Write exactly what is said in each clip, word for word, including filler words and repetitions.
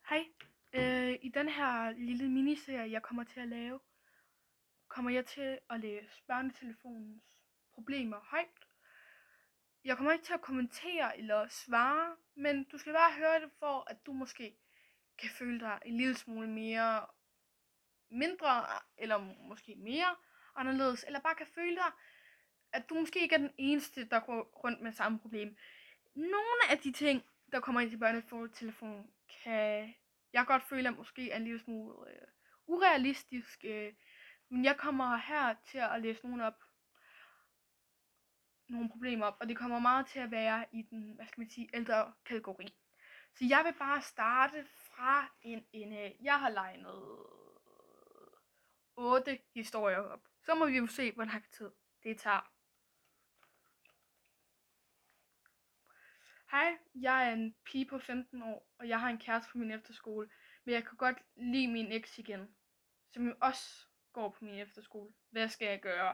Hej. Øh, I den her lille miniserie, jeg kommer til at lave, kommer jeg til at læse børnetelefonens problemer højt. Jeg kommer ikke til at kommentere eller svare, men du skal bare høre det, for at du måske kan føle dig en lille smule mere mindre, eller måske mere anderledes, eller bare kan føle dig, at du måske ikke er den eneste, der går rundt med samme problem. Nogle af de ting, der kommer ind til børnetelefonen, kan jeg godt føle, at måske er en lille smule øh, urealistisk. Øh, men jeg kommer her til at læse nogle op, nogle problemer op, og det kommer meget til at være i den, hvad skal man sige, ældre kategori. Så jeg vil bare starte fra en ende. Jeg har legnet otte historier op. Så må vi jo se, hvor lang tid det tager. Hej, jeg er en pige på femten år, og jeg har en kæreste på min efterskole, men jeg kan godt lide min eks igen, som jo også går på min efterskole. Hvad skal jeg gøre?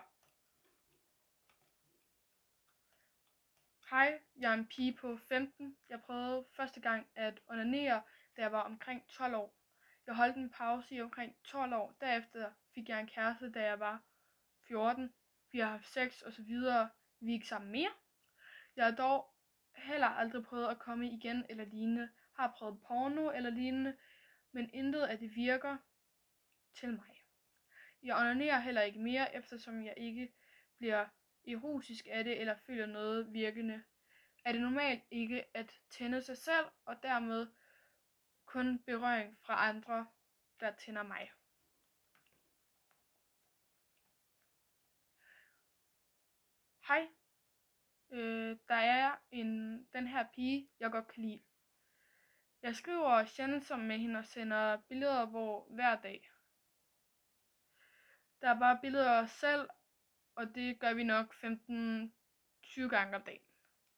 Hej, jeg er en pige på femten. Jeg prøvede første gang at onanere, da jeg var omkring tolv år. Jeg holdt en pause i omkring tolv år. Derefter fik jeg en kæreste, da jeg var fjorten. Vi har haft sex og så videre. Vi er ikke sammen mere. Jeg har dog heller aldrig prøvet at komme igen eller lignende. Har prøvet porno eller lignende, men intet af det virker til mig. Jeg onanerer heller ikke mere, eftersom jeg ikke bliver erotisk af det eller føler noget virkende. Er det normalt ikke at tænde sig selv, og dermed kun berøring fra andre, der tænder mig? Hej, øh, der er en, den her pige, jeg godt kan lide. Jeg skriver sjældent sammen med hende og sender billeder hvor hver dag. Der er bare billeder af os selv, og det gør vi nok femten til tyve gange om dagen.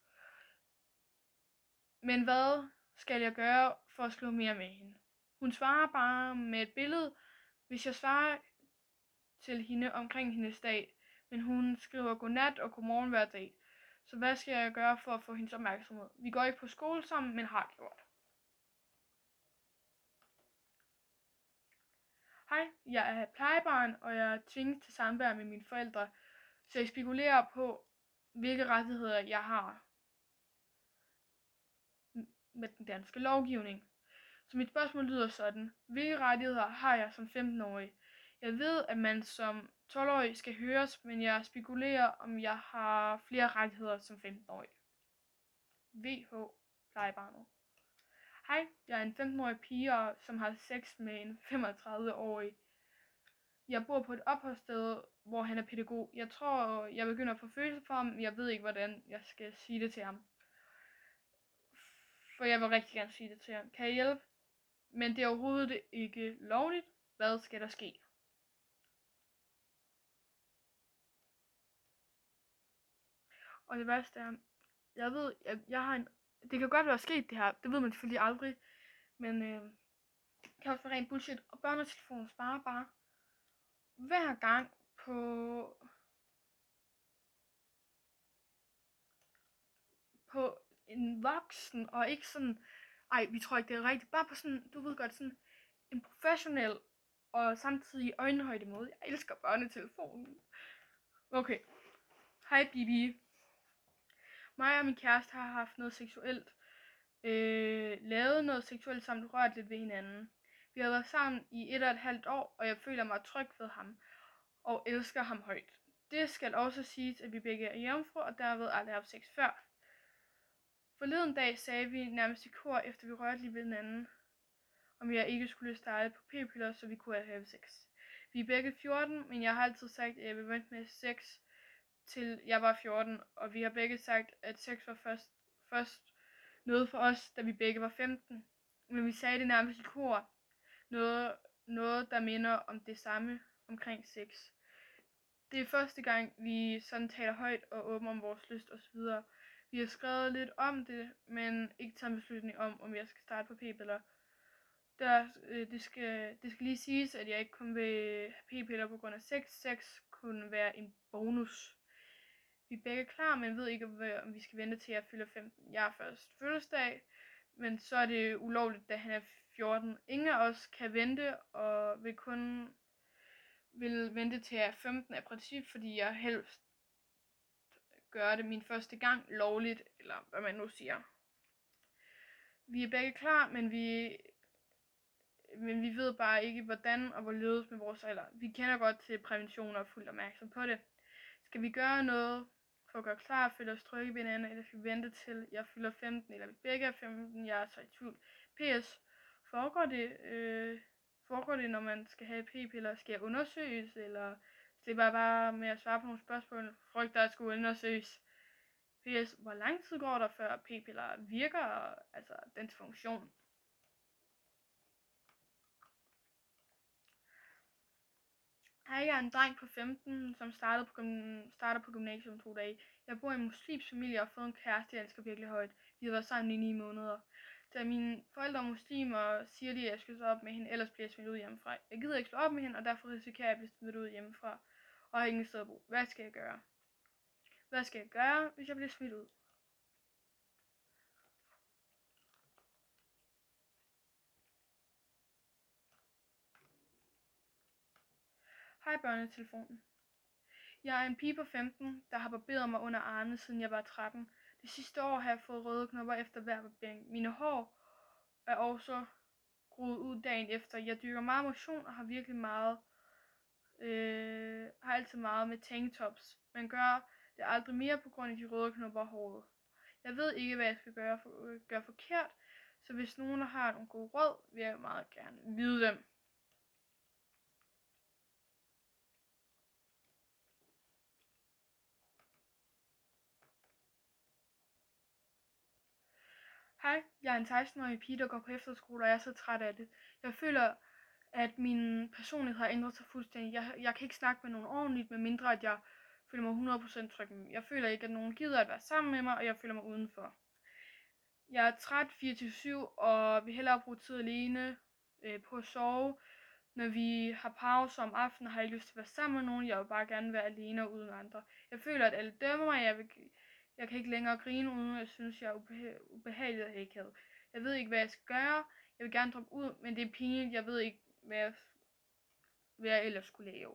Men hvad skal jeg gøre for at skrive mere med hende? Hun svarer bare med et billede, hvis jeg svarer til hende omkring hendes dag, men hun skriver godnat og godmorgen hver dag. Så hvad skal jeg gøre for at få hendes opmærksomhed? Vi går ikke på skole sammen, men har gjort. Hej, jeg er plejebarn, og jeg er tvinget til samvær med mine forældre, så jeg spekulerer på, hvilke rettigheder jeg har med den danske lovgivning. Så mit spørgsmål lyder sådan: hvilke rettigheder har jeg som femten-årig? Jeg ved, at man som tolv-årig skal høres, men jeg spekulerer, om jeg har flere rettigheder som femten-årig. V H plejebarnet. Hej, jeg er en femten-årig pige, som har sex med en femogtredive-årig. Jeg bor på et opholdssted, hvor han er pædagog. Jeg tror, jeg begynder at få følelser for ham, men jeg ved ikke, hvordan jeg skal sige det til ham. For jeg vil rigtig gerne sige det til ham. Kan jeg hjælpe? Men det er overhovedet ikke lovligt. Hvad skal der ske? Og det værste er, jeg ved, jeg, jeg har en, det kan godt være sket det her, det ved man selvfølgelig aldrig, men øh, det kan også være rent bullshit, og børnetelefonen sparer bare hver gang på, på en voksen, og ikke sådan, ej, vi tror ikke det er rigtigt, bare på sådan, du ved godt, sådan en professionel, og samtidig øjenhøjde måde. Jeg elsker børnetelefonen. Okay, hej Bibi. Mig og min kæreste har haft noget seksuelt, øh, lavet noget seksuelt samt rørt lidt ved hinanden. Vi har været sammen i et og et halvt år, og jeg føler mig tryg ved ham, og elsker ham højt. Det skal også siges, at vi begge er jævnfru, og derved aldrig haft sex før. Forleden dag sagde vi nærmest i kor, efter vi rørte lidt ved hinanden, om jeg ikke skulle starte på p-piller, så vi kunne have sex. Vi er begge fjorten, men jeg har altid sagt, at jeg vil vente med sex til jeg var fjorten, og vi har begge sagt, at sex var først, først noget for os, da vi begge var femten. Men vi sagde det nærmest i kor. Noget, noget der minder om det samme omkring sex. Det er første gang, vi sådan taler højt og åbent om vores lyst osv. Vi har skrevet lidt om det, men ikke taget en beslutning om, om jeg skal starte på p-piller. Der, øh, det, skal, det skal lige siges, at jeg ikke kun vil have p-piller på grund af sex. Sex kunne være en bonus. Vi er begge klar, men ved ikke, om vi skal vente til jeg fylder femten. Jeg har først fødselsdag, men så er det ulovligt, da han er fjorten. Ingen af os kan vente, og vil kun vil vente til jeg er femten af princip, fordi jeg helst gør det min første gang lovligt, eller hvad man nu siger. Vi er begge klar, men vi, men vi ved bare ikke, hvordan og hvorledes med vores alder. Vi kender godt til prævention og er fuldt opmærksom på det. Skal vi gøre noget for at gøre klar, føle os trygge ved hinanden, eller skal vi vente til jeg fylder femten, eller vi begge er femten, jeg er så i tvivl. P S. Foregår det, øh, foregår det, når man skal have p-piller? Skal jeg undersøges, eller slipper jeg bare med at svare på nogle spørgsmål? Frygter at skulle undersøges. P S. Hvor lang tid går der, før p-piller virker, altså dens funktion? Hej, jeg er en dreng på femten, som startede på, starter på gymnasiet om to dage. Jeg bor i en muslimsk familie og har fået en kæreste, jeg elsker virkelig højt. Vi har været sammen i ni måneder. Da mine forældre er muslimer, siger de, at jeg skal slå op med hende, ellers bliver jeg smidt ud hjemmefra. Jeg gider ikke slå op med hende, og derfor risikerer jeg at blive smidt ud hjemmefra, og har ingen sted at bo. Hvad skal jeg gøre? Hvad skal jeg gøre, hvis jeg bliver smidt ud? Hej, børnetelefonen. Jeg er en pige på femten, der har barberet mig under armene, siden jeg var tretten. Det sidste år har jeg fået røde knopper efter hver barbering. Mine hår er også groet ud dagen efter. Jeg dyrker meget motion og har virkelig meget, øh, har altid meget med tanktops. Man gør det aldrig mere på grund af de røde knopper og håret. Jeg ved ikke, hvad jeg skal gøre, for, øh, gøre forkert, så hvis nogen har nogle gode råd, vil jeg meget gerne vide dem. Hej, jeg er en seksten-årig pige, der går på efterskole, og jeg er så træt af det. Jeg føler, at min personlighed har ændret sig fuldstændig. Jeg, jeg kan ikke snakke med nogen ordentligt, med mindre at jeg føler mig hundrede procent tryg med dem. Jeg føler ikke, at nogen gider at være sammen med mig, og jeg føler mig udenfor. Jeg er træt fireogtyve syv og vil hellere bruge tid alene øh, på at sove. Når vi har pause om aftenen, har jeg ikke lyst til at være sammen med nogen. Jeg vil bare gerne være alene og uden andre. Jeg føler, at alle dømmer mig. Jeg, vil, jeg kan ikke længere grine, uden at jeg synes, jeg er ubeha- ubehagelig og akavet. Jeg ved ikke, hvad jeg skal gøre. Jeg vil gerne droppe ud, men det er pinligt. Jeg ved ikke, hvad jeg, hvad jeg ellers skulle lave.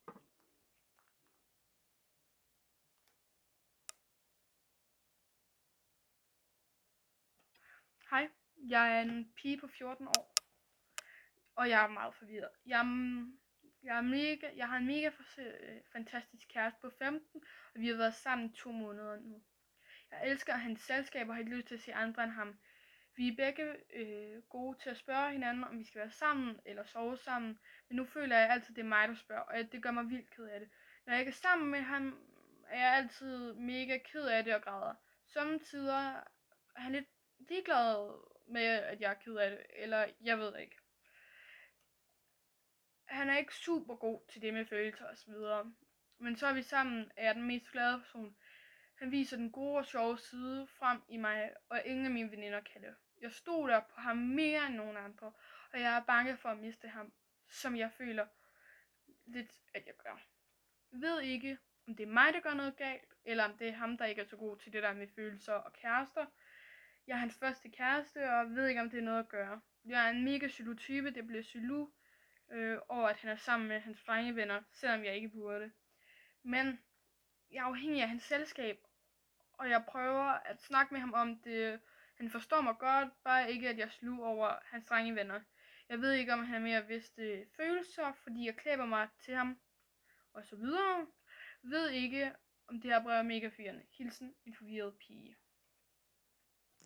Hej, jeg er en pige på fjorten år, og jeg er meget forvirret. Jeg, jeg, er mega, jeg har en mega fantastisk kæreste på femten, og vi har været sammen i to måneder nu. Jeg elsker hans selskab og har ikke lyst til at se andre end ham. Vi er begge øh, gode til at spørge hinanden, om vi skal være sammen eller sove sammen, men nu føler jeg altid, at det er mig, der spørger, og det gør mig vildt ked af det. Når jeg ikke er sammen med ham, er jeg altid mega ked af det og græder. Sommetider er han lidt ligeglad med, at jeg er ked af det, eller jeg ved ikke. Han er ikke super god til det med følelser og så videre, men så er vi sammen, er jeg den mest glade person. Han viser den gode og sjove side frem i mig, og ingen af mine veninder kan det. Jeg stoler på ham mere end nogen andre, og jeg er bange for at miste ham, som jeg føler lidt, at jeg gør. Jeg ved ikke, om det er mig, der gør noget galt, eller om det er ham, der ikke er så god til det der med følelser og kærester. Jeg er hans første kæreste, og ved ikke, om det er noget at gøre. Jeg er en mega psykotype, det bliver psylo, øh, over at han er sammen med hans drengevenner, selvom jeg ikke burde. Men jeg er afhængig af hans selskab, og jeg prøver at snakke med ham om det. Han forstår mig godt, bare ikke at jeg slug over hans drengevenner. Jeg ved ikke, om han er mere vidste følelser, fordi jeg klæber mig til ham, og så videre. Ved ikke, om det her brev er mega fyrende. Hilsen, en forvirret pige.